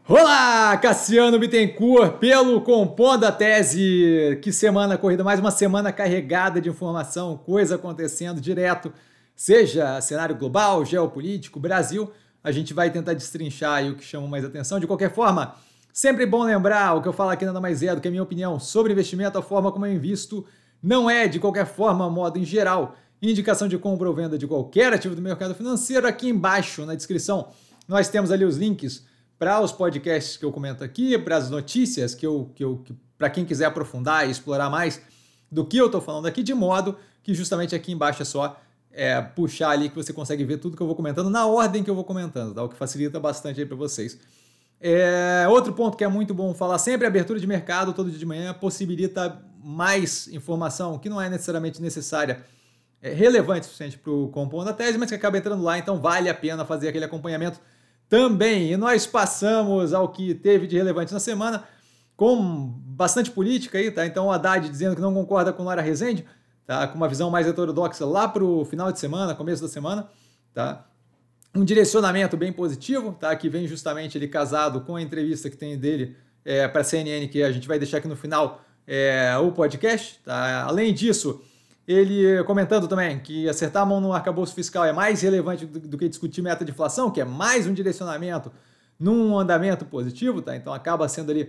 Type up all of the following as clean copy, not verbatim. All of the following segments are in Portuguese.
Olá, Cassiano Bittencourt, pelo Compondo a Tese. Que semana corrida, mais uma semana carregada de informação, coisa acontecendo direto, seja cenário global, geopolítico, Brasil. A gente vai tentar destrinchar aí o que chama mais atenção. De qualquer forma, sempre bom lembrar, o que eu falo aqui nada mais é do que a minha opinião sobre investimento, a forma como eu invisto, não é, de qualquer forma, modo em geral, indicação de compra ou venda de qualquer ativo do mercado financeiro. Aqui embaixo, na descrição, nós temos ali os links para os podcasts que eu comento aqui, para as notícias para quem quiser aprofundar e explorar mais do que eu estou falando aqui, de modo que justamente aqui embaixo é só puxar ali que você consegue ver tudo que eu vou comentando na ordem que eu vou comentando, tá? O que facilita bastante aí para vocês. Outro ponto que é muito bom falar sempre, a abertura de mercado todo dia de manhã possibilita mais informação que não é necessariamente necessária, relevante o suficiente para o Compondo a Tese, mas que acaba entrando lá, então vale a pena fazer aquele acompanhamento também. E nós passamos ao que teve de relevante na semana, com bastante política aí, tá? Então o Haddad dizendo que não concorda com Lara Rezende, tá? Com uma visão mais heterodoxa lá para o final de semana, começo da semana, tá? Um direcionamento bem positivo, tá? Que vem justamente ele casado com a entrevista que tem dele para a CNN, que a gente vai deixar aqui no final o podcast, tá? Além disso, ele comentando também que acertar a mão no arcabouço fiscal é mais relevante do que discutir meta de inflação, que é mais um direcionamento num andamento positivo, tá? Então acaba sendo ali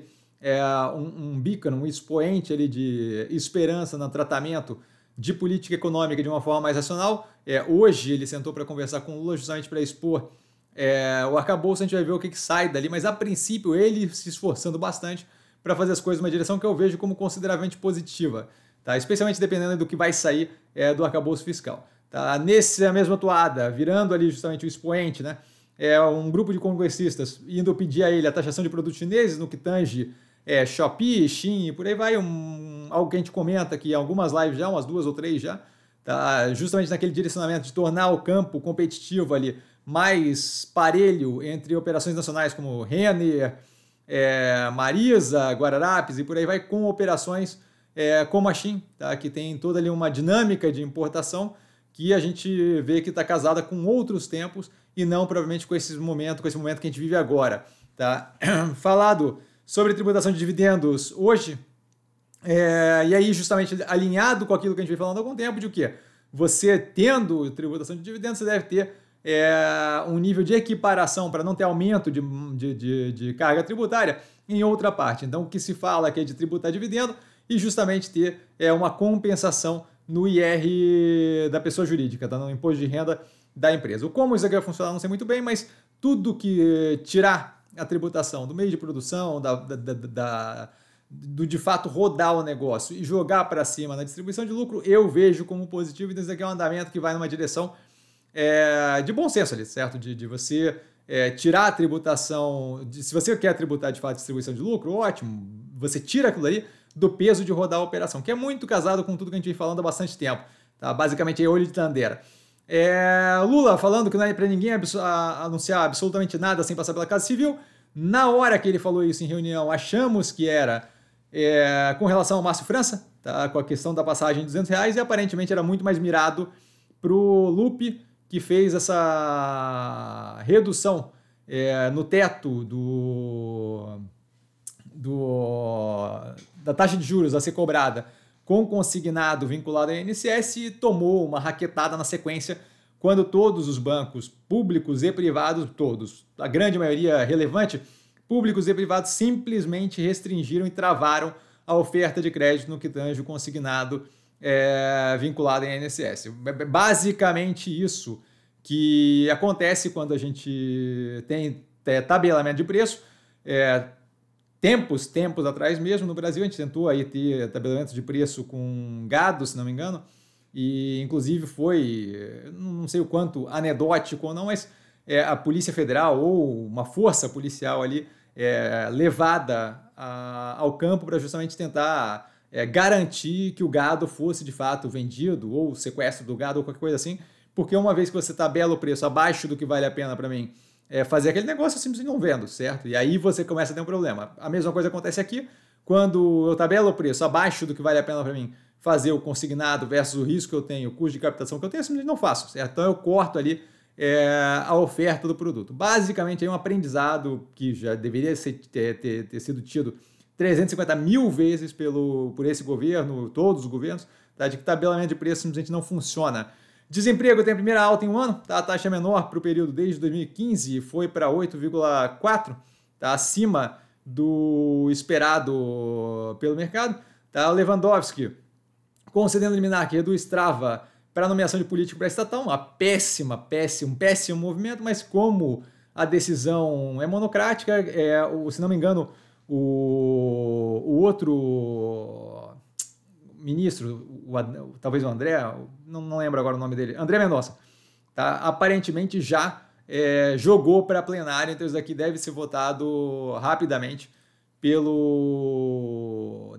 um beacon, um expoente ali de esperança no tratamento de política econômica de uma forma mais racional. Hoje ele sentou para conversar com o Lula justamente para expor o arcabouço, a gente vai ver o que sai dali, mas a princípio ele se esforçando bastante para fazer as coisas numa direção que eu vejo como consideravelmente positiva. Tá? Especialmente dependendo do que vai sair do arcabouço fiscal. Tá? Nessa mesma toada, virando ali justamente o expoente, né? Um grupo de congressistas indo pedir a ele a taxação de produtos chineses no que tange Shopee, Shein e por aí vai, algo que a gente comenta aqui em algumas lives já, umas 2 ou 3 já, tá? Justamente naquele direcionamento de tornar o campo competitivo ali mais parelho entre operações nacionais como Renner, Marisa, Guararapes e por aí vai, com operações como a Shein, tá? Que tem toda ali uma dinâmica de importação que a gente vê que está casada com outros tempos e não provavelmente com esse momento que a gente vive agora. Tá? Falado sobre tributação de dividendos hoje, e aí justamente alinhado com aquilo que a gente vem falando há algum tempo, de o quê? Você tendo tributação de dividendos, você deve ter um nível de equiparação para não ter aumento de carga tributária em outra parte. Então o que se fala aqui é de tributar dividendo e justamente ter uma compensação no IR da pessoa jurídica, tá? No imposto de renda da empresa. Como isso aqui vai funcionar, não sei muito bem, mas tudo que tirar a tributação do meio de produção, do de fato rodar o negócio e jogar para cima na distribuição de lucro, eu vejo como positivo, e isso aqui é um andamento que vai numa direção de bom senso ali, certo? De você tirar a tributação, se você quer tributar de fato distribuição de lucro, ótimo, você tira aquilo ali do peso de rodar a operação, que é muito casado com tudo que a gente vem falando há bastante tempo. Tá? Basicamente é olho de Tandera. Lula falando que não é para ninguém anunciar absolutamente nada sem passar pela Casa Civil. Na hora que ele falou isso em reunião, achamos que era com relação ao Márcio França, tá? Com a questão da passagem de R$200, e aparentemente era muito mais mirado para o Lupe, que fez essa redução no teto da taxa de juros a ser cobrada com consignado vinculado à INSS, e tomou uma raquetada na sequência quando todos os bancos públicos e privados, todos, a grande maioria relevante, públicos e privados, simplesmente restringiram e travaram a oferta de crédito no que tange o consignado vinculado à INSS. Basicamente isso que acontece quando a gente tem tabelamento de preço. Tempos atrás mesmo, no Brasil, a gente tentou aí ter tabelamento de preço com gado, se não me engano, e inclusive foi, não sei o quanto anedótico ou não, mas a Polícia Federal ou uma força policial ali levada ao campo para justamente tentar garantir que o gado fosse de fato vendido, ou sequestro do gado, ou qualquer coisa assim, porque uma vez que você tabela o preço abaixo do que vale a pena para mim fazer aquele negócio, eu simplesmente não vendo, certo? E aí você começa a ter um problema. A mesma coisa acontece aqui, quando eu tabelo o preço abaixo do que vale a pena para mim fazer o consignado versus o risco que eu tenho, o custo de captação que eu tenho, eu simplesmente não faço, certo? Então eu corto ali a oferta do produto. Basicamente, é um aprendizado que já deveria ter sido tido 350 mil vezes por esse governo, todos os governos, tá? De que tabelamento de preço simplesmente não funciona. Desemprego tem a primeira alta em um ano, tá? A taxa menor para o período desde 2015 foi para 8,4, tá? Acima do esperado pelo mercado. Tá? O Lewandowski concedendo liminar que reduz trava para nomeação de político para estatal, um péssimo movimento, mas como a decisão é monocrática, se não me engano, o outro ministro, talvez o André, não lembro agora o nome dele, André Mendonça, tá? Aparentemente já jogou para plenário, então isso daqui deve ser votado rapidamente pelo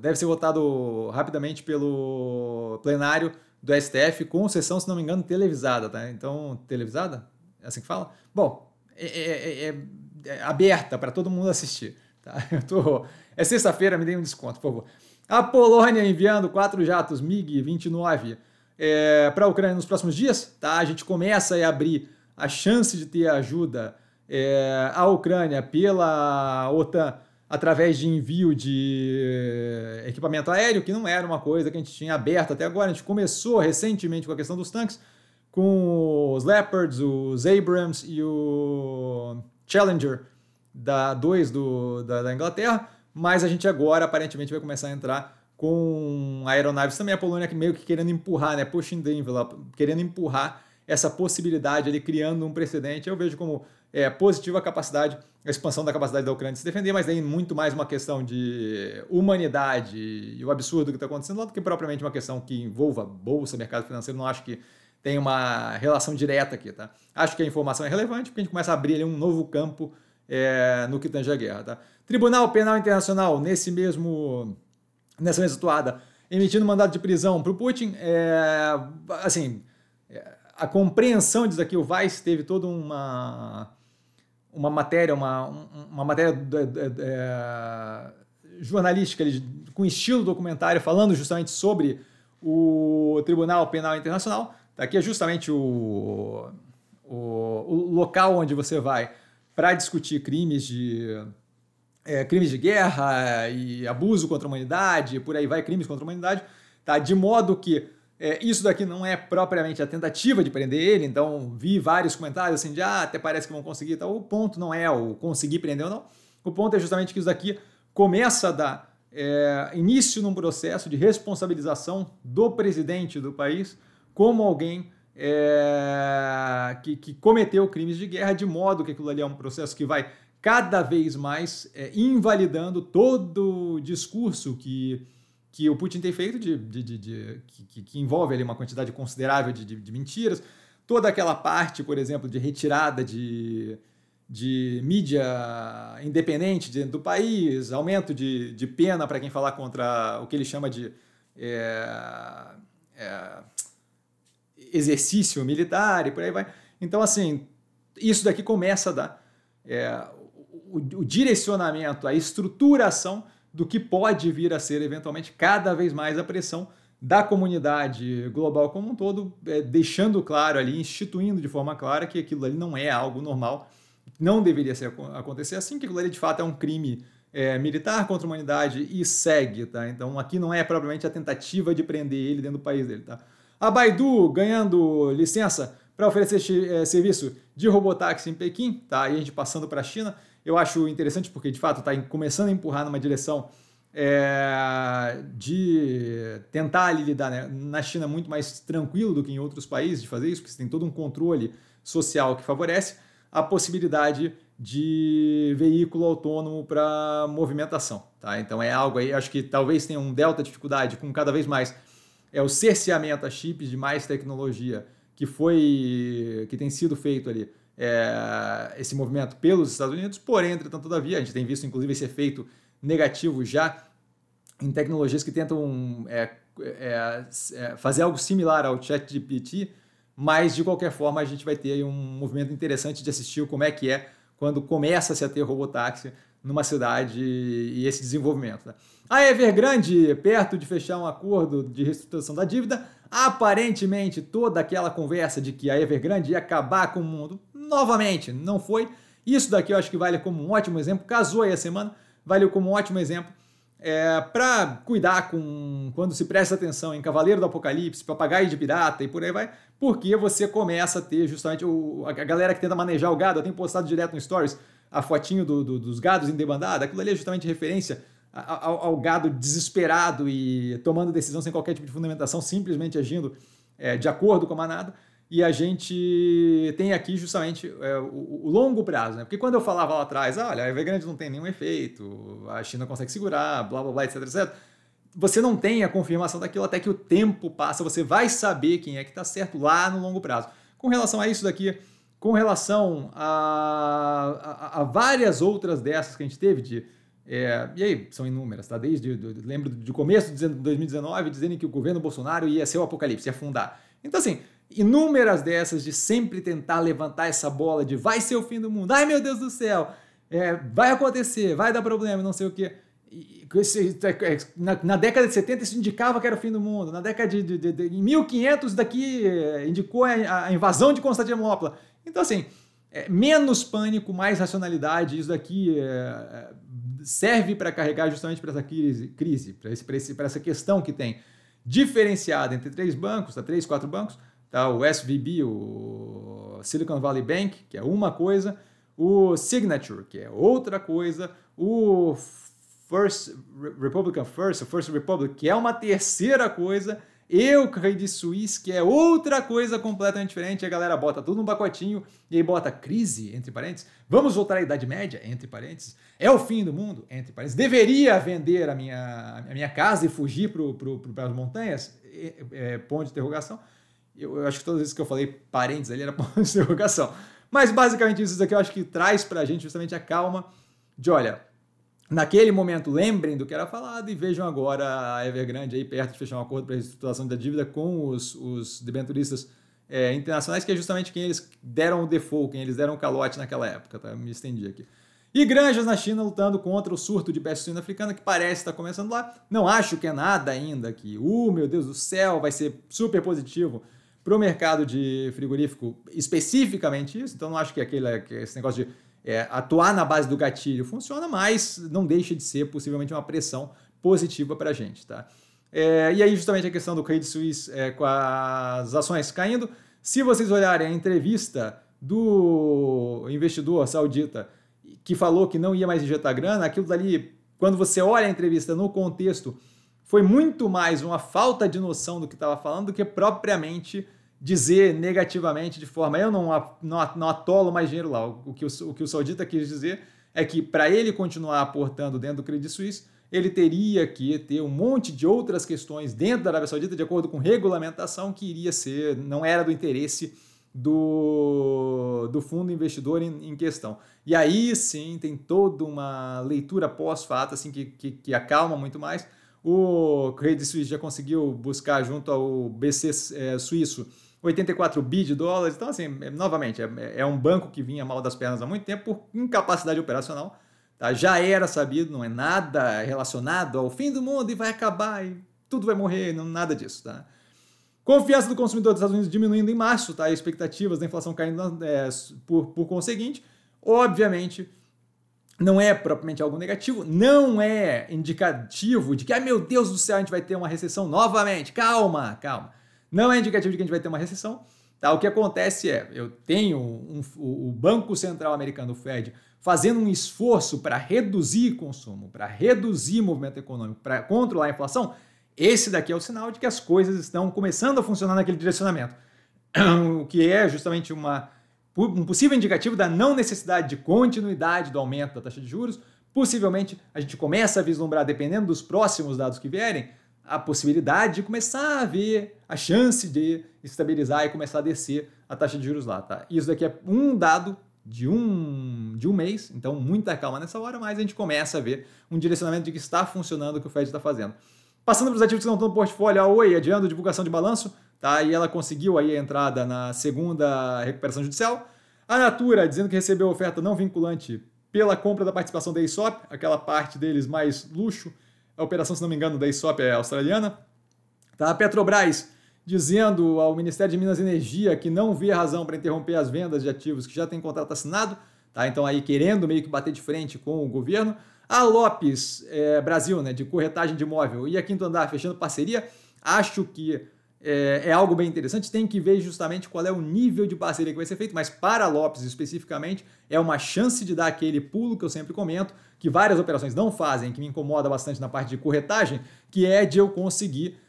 plenário do STF, com sessão, se não me engano, televisada, tá? Então, televisada? É assim que fala? Bom, é aberta para todo mundo assistir, tá? É sexta-feira, me dê um desconto, por favor. A Polônia enviando 4 jatos MiG-29 para a Ucrânia nos próximos dias, tá? A gente começa a abrir a chance de ter ajuda à Ucrânia pela OTAN através de envio de equipamento aéreo, que não era uma coisa que a gente tinha aberto até agora. A gente começou recentemente com a questão dos tanques, com os Leopards, os Abrams e o Challenger 2 da Inglaterra, mas a gente agora aparentemente vai começar a entrar com aeronaves também. A Polônia meio que querendo empurrar, né, pushing the envelope, querendo empurrar essa possibilidade ali, criando um precedente. Eu vejo como positiva a expansão da capacidade da Ucrânia de se defender, mas daí muito mais uma questão de humanidade e o absurdo que está acontecendo lá do que propriamente uma questão que envolva bolsa, mercado financeiro. Não acho que tem uma relação direta aqui, tá? Acho que a informação é relevante porque a gente começa a abrir ali um novo campo no que tange a guerra, tá? Tribunal Penal Internacional, nessa mesma toada, emitindo mandado de prisão para o Putin. A compreensão disso aqui, o Vice teve toda uma matéria, uma matéria jornalística com estilo documentário, falando justamente sobre o Tribunal Penal Internacional. Aqui é justamente o local onde você vai para discutir crimes de guerra e abuso contra a humanidade, por aí vai, crimes contra a humanidade, tá? De modo que isso daqui não é propriamente a tentativa de prender ele, então vi vários comentários assim de até parece que vão conseguir, tá? O ponto não é o conseguir prender ou não, o ponto é justamente que isso daqui começa a dar início num processo de responsabilização do presidente do país como alguém que cometeu crimes de guerra, de modo que aquilo ali é um processo que vai cada vez mais invalidando todo o discurso que o Putin tem feito, que envolve ali uma quantidade considerável de mentiras, toda aquela parte, por exemplo, de retirada de mídia independente dentro do país, aumento de pena para quem falar contra o que ele chama de exercício militar e por aí vai. Então, assim, isso daqui começa a dar o direcionamento, a estruturação do que pode vir a ser, eventualmente, cada vez mais a pressão da comunidade global como um todo, deixando claro ali, instituindo de forma clara que aquilo ali não é algo normal, não deveria acontecer assim, que aquilo ali de fato é um crime militar contra a humanidade e segue, tá? Então aqui não é propriamente a tentativa de prender ele dentro do país dele, tá? A Baidu ganhando licença para oferecer serviço de robotáxi em Pequim, tá? E a gente passando para a China. Eu acho interessante porque, de fato, está começando a empurrar numa direção de tentar ali lidar, né, na China muito mais tranquilo do que em outros países de fazer isso, porque você tem todo um controle social que favorece a possibilidade de veículo autônomo para movimentação. Tá? Então é algo aí, acho que talvez tenha um delta de dificuldade com cada vez mais o cerceamento a chips de mais tecnologia que tem sido feito ali, esse movimento pelos Estados Unidos, porém, entretanto, todavia, a gente tem visto inclusive esse efeito negativo já em tecnologias que tentam fazer algo similar ao ChatGPT, mas de qualquer forma a gente vai ter um movimento interessante de assistir como é que quando começa-se a ter robotáxi numa cidade e esse desenvolvimento. Né? A Evergrande, perto de fechar um acordo de reestruturação da dívida, aparentemente toda aquela conversa de que a Evergrande ia acabar com o mundo, novamente, não foi. Isso daqui eu acho que vale como um ótimo exemplo, casou aí a semana, vale como um ótimo exemplo para cuidar quando se presta atenção em Cavaleiro do Apocalipse, Papagaio de Pirata e por aí vai, porque você começa a ter justamente a galera que tenta manejar o gado. Eu tenho postado direto no Stories a fotinho dos gados em debandada, aquilo ali é justamente referência ao gado desesperado e tomando decisão sem qualquer tipo de fundamentação, simplesmente agindo de acordo com a manada. E a gente tem aqui justamente o longo prazo, né? Porque quando eu falava lá atrás, olha, a Evergrande não tem nenhum efeito, a China consegue segurar, blá, blá, blá, etc, etc. Você não tem a confirmação daquilo até que o tempo passa, você vai saber quem é que está certo lá no longo prazo. Com relação a isso daqui, com relação a várias outras dessas que a gente teve, e aí são inúmeras, tá? Lembro do começo de 2019, dizendo que o governo Bolsonaro ia ser o apocalipse, ia afundar. Então assim, inúmeras dessas de sempre tentar levantar essa bola de vai ser o fim do mundo, ai meu Deus do céu, vai acontecer, vai dar problema, não sei o quê. Na década de 70 isso indicava que era o fim do mundo, na década em 1500 daqui indicou a invasão de Constantinopla. Então assim, menos pânico, mais racionalidade, isso daqui serve para carregar justamente para essa crise, para essa questão que tem diferenciada entre três bancos, três, quatro bancos, tá? O SVB, o Silicon Valley Bank, que é uma coisa, o Signature, que é outra coisa, o First Republic, que é uma terceira coisa, e o Credit Suisse, que é outra coisa completamente diferente. A galera bota tudo num pacotinho e aí bota crise, entre parênteses. Vamos voltar à Idade Média, entre parênteses. É o fim do mundo, entre parênteses. Deveria vender a minha casa e fugir para as montanhas? Ponto de interrogação. Eu acho que todas as vezes que eu falei parênteses ali era ponto de interrogação. Mas basicamente isso daqui eu acho que traz para a gente justamente a calma de, olha, naquele momento lembrem do que era falado e vejam agora a Evergrande aí perto de fechar um acordo para a reestruturação da dívida com os debenturistas internacionais, que é justamente quem eles deram o default, quem eles deram o calote naquela época, tá? Eu me estendi aqui. E granjas na China lutando contra o surto de peste suína africana, que parece estar começando lá. Não acho que é nada ainda que, meu Deus do céu, vai ser super positivo para o mercado de frigorífico, especificamente isso. Então não acho que esse negócio de atuar na base do gatilho funciona, mas não deixa de ser possivelmente uma pressão positiva para a gente. Tá? E aí justamente a questão do Credit Suisse com as ações caindo. Se vocês olharem a entrevista do investidor saudita que falou que não ia mais injetar grana, aquilo dali, quando você olha a entrevista no contexto, foi muito mais uma falta de noção do que estava falando do que propriamente dizer negativamente de forma, eu não atolo mais dinheiro lá. O que o saudita quis dizer é que para ele continuar aportando dentro do Credit Suisse, ele teria que ter um monte de outras questões dentro da Arábia Saudita, de acordo com regulamentação, que não era do interesse do fundo investidor em questão. E aí sim tem toda uma leitura pós-fato assim, que acalma muito mais. O Credit Suisse já conseguiu buscar junto ao BC suíço 84 bi de dólares. Então, assim, novamente, é um banco que vinha mal das pernas há muito tempo por incapacidade operacional. Tá? Já era sabido, não é nada relacionado ao fim do mundo e vai acabar e tudo vai morrer, não, nada disso. Tá? Confiança do consumidor dos Estados Unidos diminuindo em março, tá? Expectativas da inflação caindo por conseguinte. Obviamente, não é propriamente algo negativo, não é indicativo de que, meu Deus do céu, a gente vai ter uma recessão novamente. Calma. Não é indicativo de que a gente vai ter uma recessão. Tá? O que acontece eu tenho o Banco Central Americano, o Fed, fazendo um esforço para reduzir consumo, para reduzir movimento econômico, para controlar a inflação. Esse daqui é o sinal de que as coisas estão começando a funcionar naquele direcionamento. O que é justamente um possível indicativo da não necessidade de continuidade do aumento da taxa de juros. Possivelmente a gente começa a vislumbrar, dependendo dos próximos dados que vierem, a possibilidade de começar a ver a chance de estabilizar e começar a descer a taxa de juros lá. Tá? Isso daqui é um dado de um mês, então muita calma nessa hora, mas a gente começa a ver um direcionamento de que está funcionando o que o Fed está fazendo. Passando para os ativos que não estão no portfólio, a Oi adiando a divulgação de balanço, tá? E ela conseguiu aí a entrada na segunda recuperação judicial. A Natura dizendo que recebeu oferta não vinculante pela compra da participação da ESOP, aquela parte deles mais luxo. A operação, se não me engano, da ESOP é australiana. Tá? A Petrobras dizendo ao Ministério de Minas e Energia que não vê razão para interromper as vendas de ativos que já tem contrato assinado. Tá? Então aí querendo meio que bater de frente com o governo. A Lopes Brasil, né, de corretagem de imóvel, e a Quinto Andar fechando parceria. Acho que é algo bem interessante. Tem que ver justamente qual é o nível de parceria que vai ser feito, mas para a Lopes especificamente é uma chance de dar aquele pulo que eu sempre comento, que várias operações não fazem, que me incomoda bastante na parte de corretagem, que é de eu conseguir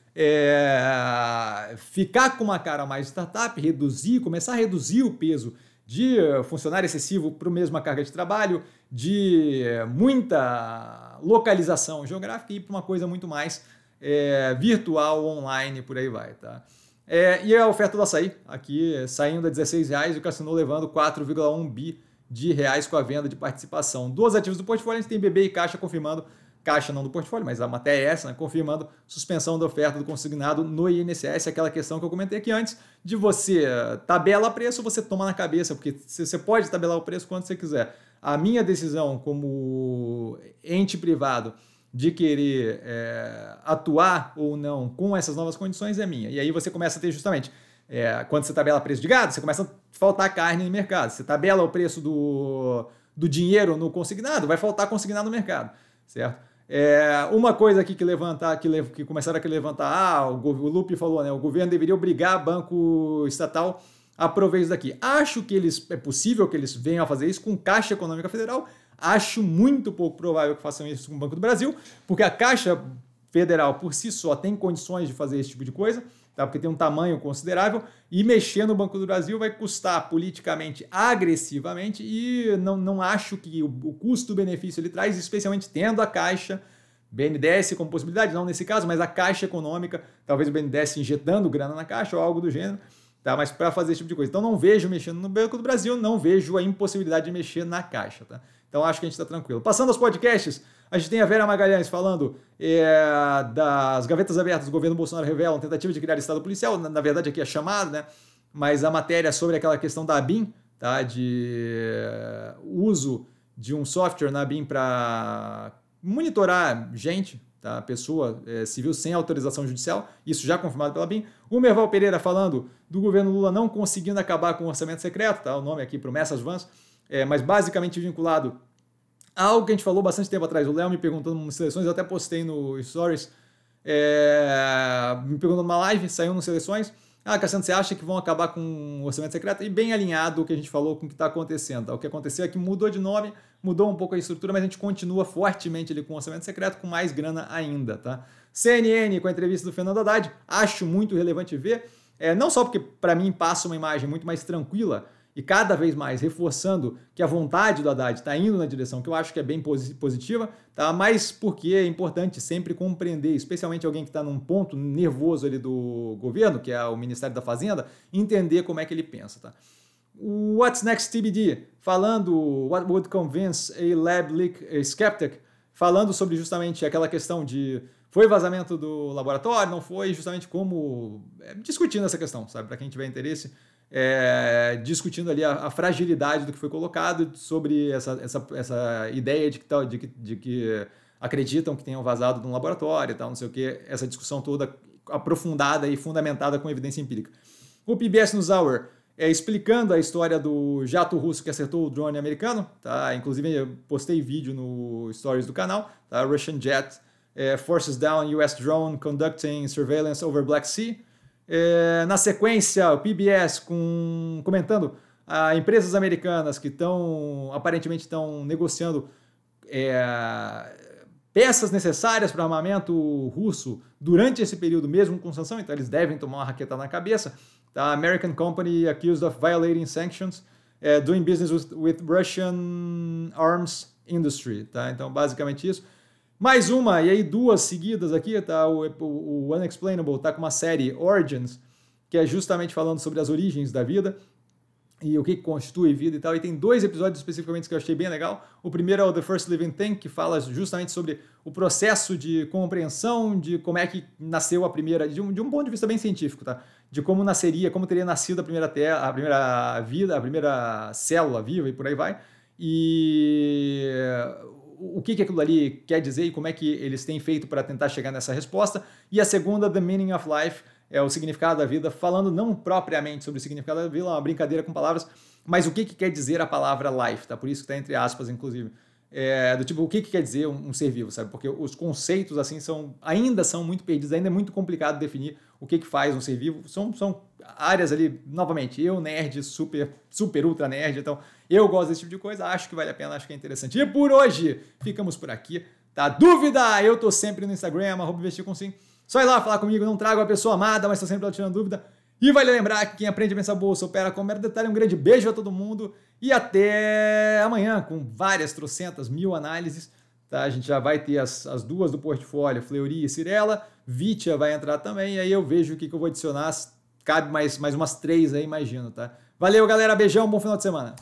ficar com uma cara mais startup, começar a reduzir o peso de funcionário excessivo para a mesma carga de trabalho, de muita localização geográfica e ir para uma coisa muito mais virtual, online, por aí vai. Tá? E a oferta do açaí, aqui saindo a R$16 e o Cassino levando 4,1 bi de reais com a venda de participação. Dos ativos do portfólio, a gente tem BB e Caixa confirmando, Caixa não do portfólio, mas a matéria é essa, né, confirmando suspensão da oferta do consignado no INSS, aquela questão que eu comentei aqui antes, de você tabela preço, você toma na cabeça, porque você pode tabelar o preço quando você quiser. A minha decisão como ente privado de querer atuar ou não com essas novas condições é minha. E aí você começa a ter justamente, quando você tabela preço de gado, você começa a faltar carne no mercado. Você tabela o preço do dinheiro no consignado, vai faltar consignado no mercado, certo? Uma coisa aqui que começaram a levantar, o Lupe falou, né? O governo deveria obrigar banco estatal a prover isso daqui. Acho que é possível que eles venham a fazer isso com Caixa Econômica Federal. Acho muito pouco provável que façam isso com o Banco do Brasil, porque a Caixa Federal por si só tem condições de fazer esse tipo de coisa, tá? Porque tem um tamanho considerável, e mexer no Banco do Brasil vai custar politicamente agressivamente, e não acho que o custo-benefício ele traz, especialmente tendo a Caixa, BNDES como possibilidade, não nesse caso, mas a Caixa Econômica, talvez o BNDES injetando grana na Caixa ou algo do gênero, tá? Mas para fazer esse tipo de coisa. Então não vejo mexendo no Banco do Brasil, não vejo a impossibilidade de mexer na Caixa. Tá? Então acho que a gente está tranquilo. Passando aos podcasts, a gente tem a Vera Magalhães falando das gavetas abertas. O governo Bolsonaro revela tentativa de criar estado policial. Na verdade aqui é chamado, né? Mas a matéria sobre aquela questão da ABIN, tá? De uso de um software na ABIN para monitorar gente, tá? Pessoa civil sem autorização judicial, isso já confirmado pela BIM. O Merval Pereira falando do governo Lula não conseguindo acabar com o orçamento secreto, tá? O nome aqui, promessas vãs, mas basicamente vinculado a algo que a gente falou bastante tempo atrás. O Léo me perguntando nas seleções, eu até postei no Stories, me perguntando numa live, saiu nas seleções. Cassiano, você acha que vão acabar com o orçamento secreto? E bem alinhado o que a gente falou com o que está acontecendo. Tá? O que aconteceu é que mudou de nome, mudou um pouco a estrutura, mas a gente continua fortemente ali com o orçamento secreto, com mais grana ainda. Tá? CNN, com a entrevista do Fernando Haddad, acho muito relevante ver, não só porque para mim passa uma imagem muito mais tranquila e cada vez mais reforçando que a vontade do Haddad está indo na direção que eu acho que é bem positiva, tá? Mas porque é importante sempre compreender, especialmente alguém que está num ponto nervoso ali do governo, que é o Ministério da Fazenda, entender como é que ele pensa. Tá? O What's Next TBD, falando What Would Convince a Lab Leak Skeptic, falando sobre justamente aquela questão de foi vazamento do laboratório, não foi, justamente como discutindo essa questão, sabe? Para quem tiver interesse, discutindo ali a fragilidade do que foi colocado, sobre essa ideia de que acreditam que tenham vazado de um laboratório e tal, não sei o que, essa discussão toda aprofundada e fundamentada com evidência empírica. O PBS NewsHour explicando a história do jato russo que acertou o drone americano, tá? Inclusive eu postei vídeo no stories do canal, tá? Russian jet forces down US drone conducting surveillance over Black Sea. Na sequência, o PBS comentando empresas americanas que aparentemente estão negociando peças necessárias para o armamento russo durante esse período, mesmo com sanção, então eles devem tomar uma raquetada na cabeça. Tá? American company accused of violating sanctions, doing business with Russian arms industry. Tá? Então, basicamente isso. Mais uma, e aí duas seguidas aqui, tá? O Unexplainable tá com uma série Origins, que é justamente falando sobre as origens da vida e o que constitui vida e tal, e tem 2 episódios especificamente que eu achei bem legal. O primeiro é o The First Living Thing, que fala justamente sobre o processo de compreensão de como é que nasceu a primeira, de um ponto de vista bem científico, tá? De como nasceria, como teria nascido a primeira vida, a primeira célula viva e por aí vai. e o que aquilo ali quer dizer e como é que eles têm feito para tentar chegar nessa resposta. E a segunda, The Meaning of Life, é o significado da vida, falando não propriamente sobre o significado da vida, é uma brincadeira com palavras, mas o que quer dizer a palavra life, tá? Por isso que está entre aspas, inclusive. Do tipo, o que quer dizer um ser vivo, sabe? Porque os conceitos, assim, ainda são muito perdidos, ainda é muito complicado definir o que faz um ser vivo. São áreas ali, novamente, eu, nerd, super ultra nerd, então eu gosto desse tipo de coisa, acho que vale a pena, acho que é interessante. E por hoje, ficamos por aqui, tá? Dúvida? Eu tô sempre no Instagram, @investircomsim. Só ir lá falar comigo, não trago a pessoa amada, mas tô sempre lá tirando dúvida. E vale lembrar que quem aprende a pensar bolsa opera com mero detalhe. Um grande beijo a todo mundo e até amanhã com várias trocentas mil análises. Tá? A gente já vai ter as duas do portfólio, Fleury e Cirela. Vitia vai entrar também e aí eu vejo o que eu vou adicionar. Cabe mais umas 3 aí, imagino. Tá? Valeu, galera. Beijão, bom final de semana.